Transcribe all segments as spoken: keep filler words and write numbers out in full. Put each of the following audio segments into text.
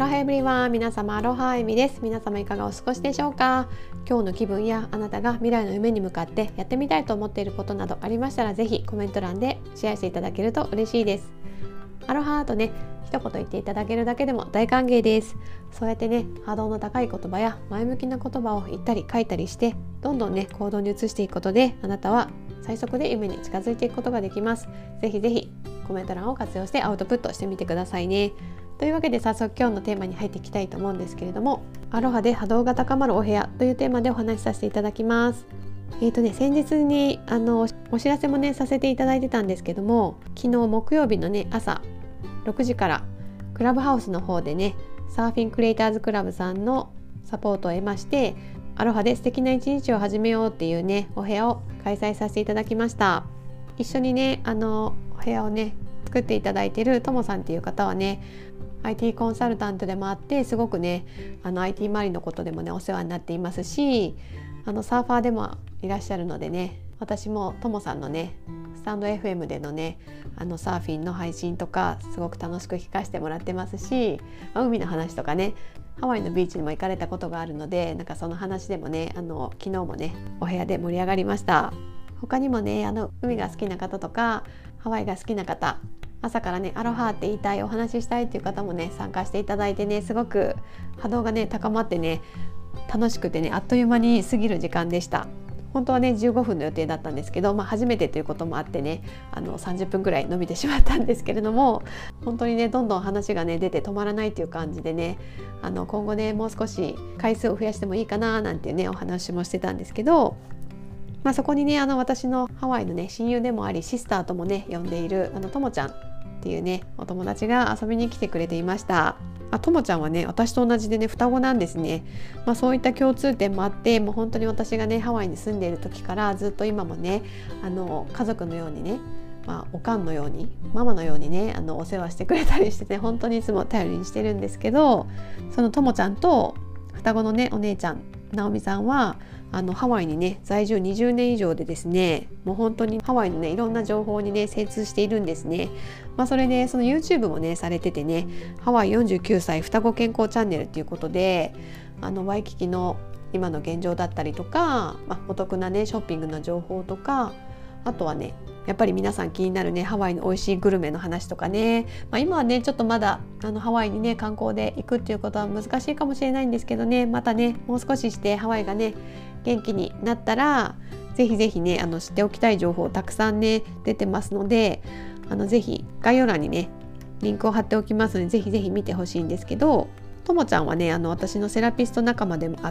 アロハエブリワン、皆様アロハエミです。皆様いかがお過ごしでしょうか。今日の気分やあなたが未来の夢に向かってやってみたいと思っていることなどありましたら、ぜひコメント欄でシェアしていただけると嬉しいです。アロハとね、一言言っていただけるだけでも大歓迎です。そうやってね、波動の高い言葉や前向きな言葉を言ったり書いたりして、どんどんね行動に移していくことで、あなたは最速で夢に近づいていくことができます。ぜひぜひコメント欄を活用してアウトプットしてみてくださいね。というわけで早速今日のテーマに入っていきたいと思うんですけれども、アロハで波動が高まるお部屋というテーマでお話しさせていただきます。えーとね、先日にあのお知らせもねさせていただいてたんですけども、昨日木曜日のね朝ろくじからクラブハウスの方でね、サーフィンクリエイターズクラブさんのサポートを得まして、アロハで素敵な一日を始めようっていうねお部屋を開催させていただきました。一緒にねあのお部屋をね作っていただいているともさんっていう方はね、アイティー コンサルタントでもあって、すごくねあの アイティー 周りのことでもねお世話になっていますし、あのサーファーでもいらっしゃるのでね、私もともさんのねスタンド エフエム でのねあのサーフィンの配信とかすごく楽しく聞かせてもらってますし、まあ、海の話とかね、ハワイのビーチにも行かれたことがあるので、なんかその話でもねあの昨日もねお部屋で盛り上がりました。他にもねあの海が好きな方とかハワイが好きな方、朝からねアロハって言いたい、お話ししたいっていう方もね参加していただいてね、すごく波動がね高まってね楽しくてね、あっという間に過ぎる時間でした。本当はねじゅうごふんの予定だったんですけど、まあ、初めてということもあってねあのさんじゅっぷんぐらい伸びてしまったんですけれども、本当にねどんどん話がね出て止まらないっていう感じでね、あの今後ねもう少し回数を増やしてもいいかななんていうねお話もしてたんですけど、まあ、そこにねあの私のハワイのね親友でもありシスターともね呼んでいるあのともちゃんっていうねお友達が遊びに来てくれていました。あ、ともちゃんはね私と同じでね双子なんですね。まあ、そういった共通点もあって、もう本当に私がねハワイに住んでいる時からずっと今もねあの家族のようにね、まあ、おかんのようにママのようにねあのお世話してくれたりしてね、本当にいつも頼りにしてるんですけど、そのともちゃんと双子のねお姉ちゃんなおみさんはあのハワイにね在住にじゅうねん以上でですね、もう本当にハワイのねいろんな情報にね精通しているんですね。まあ、それでその YouTube もねされててね、ハワイよんじゅうきゅうさい双子健康チャンネルっていうことで、あのワイキキの今の現状だったりとか、まあ、お得なねショッピングの情報とか、あとはねやっぱり皆さん気になるねハワイの美味しいグルメの話とかね、まあ、今はねちょっとまだあのハワイにね観光で行くっていうことは難しいかもしれないんですけどね、またねもう少ししてハワイがね元気になったら、ぜひぜひねあの知っておきたい情報たくさんね出てますので、あのぜひ概要欄にねリンクを貼っておきますので、ぜひぜひ見てほしいんですけど、ともちゃんはねあの私のセラピスト仲間でもあって、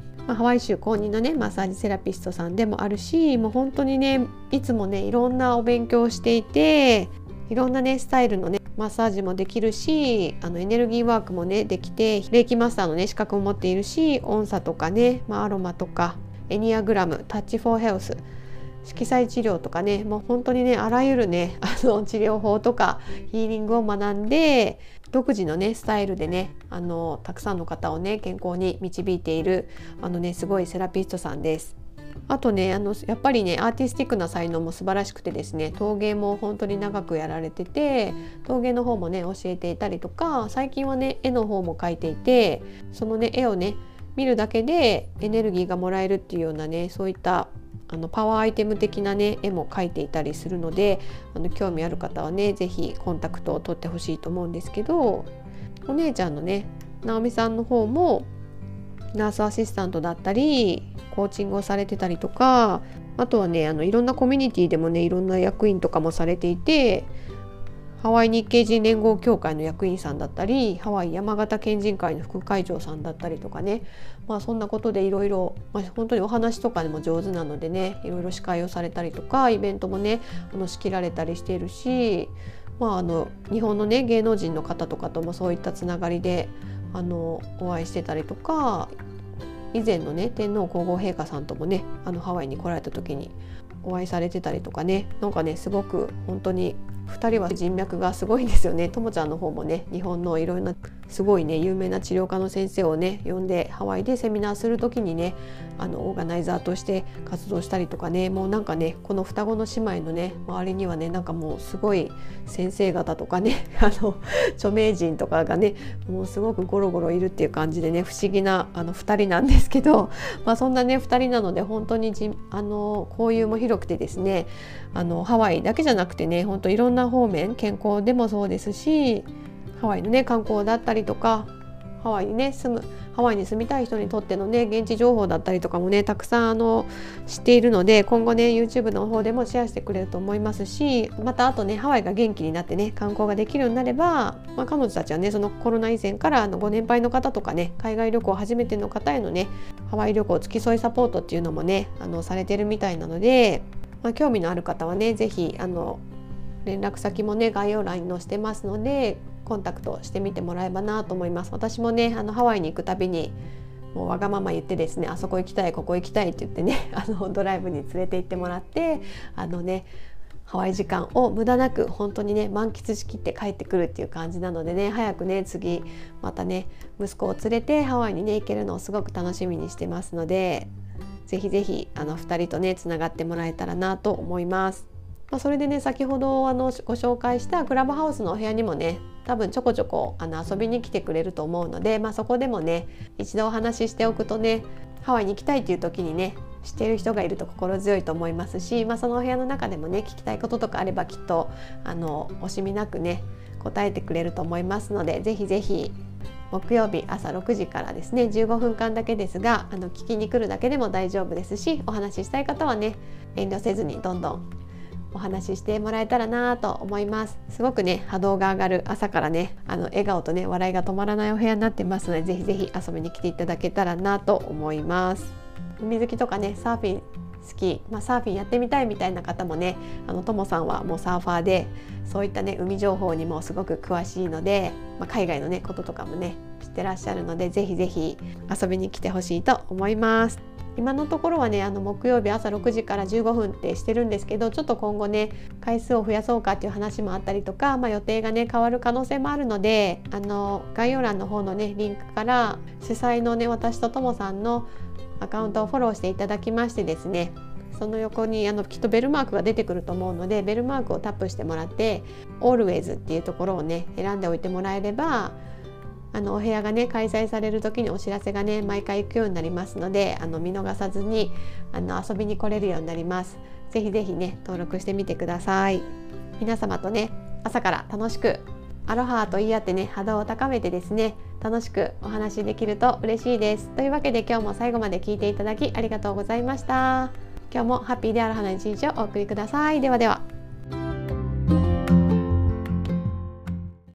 まあ、ハワイ州公認のねマッサージセラピストさんでもあるし、もう本当にねいつもねいろんなお勉強をしていて、いろんなねスタイルのねマッサージもできるし、あのエネルギーワークもねできて、レイキマスターのね資格も持っているし、音叉とかね、まあ、アロマとかエニアグラム、タッチフォーヘルス、色彩治療とかね、もう本当にねあらゆるねあの治療法とかヒーリングを学んで、独自のねスタイルでねあのたくさんの方をね健康に導いているあのねすごいセラピストさんです。あとねあのやっぱりねアーティスティックな才能も素晴らしくてですね、陶芸も本当に長くやられてて、陶芸の方もね教えていたりとか、最近はね絵の方も描いていて、そのね絵をね見るだけでエネルギーがもらえるっていうようなね、そういったあのパワーアイテム的なね絵も描いていたりするので、あの興味ある方はねぜひコンタクトを取ってほしいと思うんですけど、お姉ちゃんのねなおみさんの方もナースアシスタントだったりコーチングをされてたりとか、あとはねあのいろんなコミュニティでもねいろんな役員とかもされていて、ハワイ日系人連合協会の役員さんだったり、ハワイ山形県人会の副会長さんだったりとかね、まあそんなことでいろいろ本当にお話とかでも上手なのでね、いろいろ司会をされたりとか、イベントもねあの仕切られたりしているし、まあ、あの日本のね芸能人の方とかともそういったつながりであのお会いしてたりとか、以前のね天皇皇后陛下さんともねあのハワイに来られた時にお会いされてたりとかね、なんかねすごく本当にふたりは人脈がすごいんですよね。ともちゃんの方もね、日本のいろんなすごいね有名な治療科の先生をね呼んでハワイでセミナーする時にね、あのオーガナイザーとして活動したりとかね、もうなんかねこの双子の姉妹のね周りにはね、なんかもうすごい先生方とかねあの著名人とかがねもうすごくゴロゴロいるっていう感じでね、不思議なあのふたりなんですけど、まあ、そんなねふたりなので本当にじあの交友も広くてですね、あのハワイだけじゃなくてね、本当いろんな方面、健康でもそうですし、ハワイのね観光だったりとか、ハワイにね住むハワイに住みたい人にとってのね現地情報だったりとかもねたくさんあの知っているので、今後ね YouTube の方でもシェアしてくれると思いますし、またあとねハワイが元気になってね観光ができるようになれば、まあ、彼女たちはねそのコロナ以前からあのご年配の方とかね、海外旅行初めての方へのねハワイ旅行付き添いサポートっていうのもねあのされてるみたいなので、まあ、興味のある方はねぜひあの連絡先もね概要欄に載せてますのでコンタクトしてみてもらえばなと思います。私もねあのハワイに行くたびにもうわがまま言ってですね、あそこ行きたいここ行きたいって言ってねあのドライブに連れて行ってもらって、あのねハワイ時間を無駄なく本当にね満喫しきって帰ってくるっていう感じなのでね、早くね次またね息子を連れてハワイにね行けるのをすごく楽しみにしてますので、ぜひぜひあのふたりとねつながってもらえたらなと思います。まあ、それでね先ほどあのご紹介したクラブハウスのお部屋にもね多分ちょこちょこあの遊びに来てくれると思うので、まあ、そこでもね一度お話ししておくとね、ハワイに行きたいっていう時にね知っている人がいると心強いと思いますし、まあ、そのお部屋の中でもね聞きたいこととかあればきっとあの惜しみなくね答えてくれると思いますので、ぜひぜひ木曜日朝ろくじからですねじゅうごふんかんだけですがあの聞きに来るだけでも大丈夫ですし、お話ししたい方はね遠慮せずにどんどんお話ししてもらえたらなと思います。すごくね波動が上がる朝からねあの笑顔とね笑いが止まらないお部屋になってますので、ぜひぜひ遊びに来ていただけたらなと思います。海好きとかねサーフィン好き、まあ、サーフィンやってみたいみたいな方もね、あのともさんはもうサーファーでそういったね海情報にもすごく詳しいので、まあ、海外のねこととかもね知ってらっしゃるので、ぜひぜひ遊びに来てほしいと思います。今のところはねあの木曜日朝ろくじからじゅうごふんってしてるんですけど、ちょっと今後ね回数を増やそうかっていう話もあったりとか、まあ、予定がね変わる可能性もあるので、あの概要欄の方のねリンクから主催のね私とともさんのアカウントをフォローしていただきましてですね、その横にあのきっとベルマークが出てくると思うので、ベルマークをタップしてもらってオールウェイズっていうところをね選んでおいてもらえれば、あのお部屋がね開催される時にお知らせがね毎回行くようになりますので、あの見逃さずにあの遊びに来れるようになります。ぜひぜひね登録してみてください。皆様とね朝から楽しくアロハと言い合ってね波動を高めてですね楽しくお話できると嬉しいです。というわけで今日も最後まで聞いていただきありがとうございました。今日もハッピーでアロハな一日をお送りください。ではでは。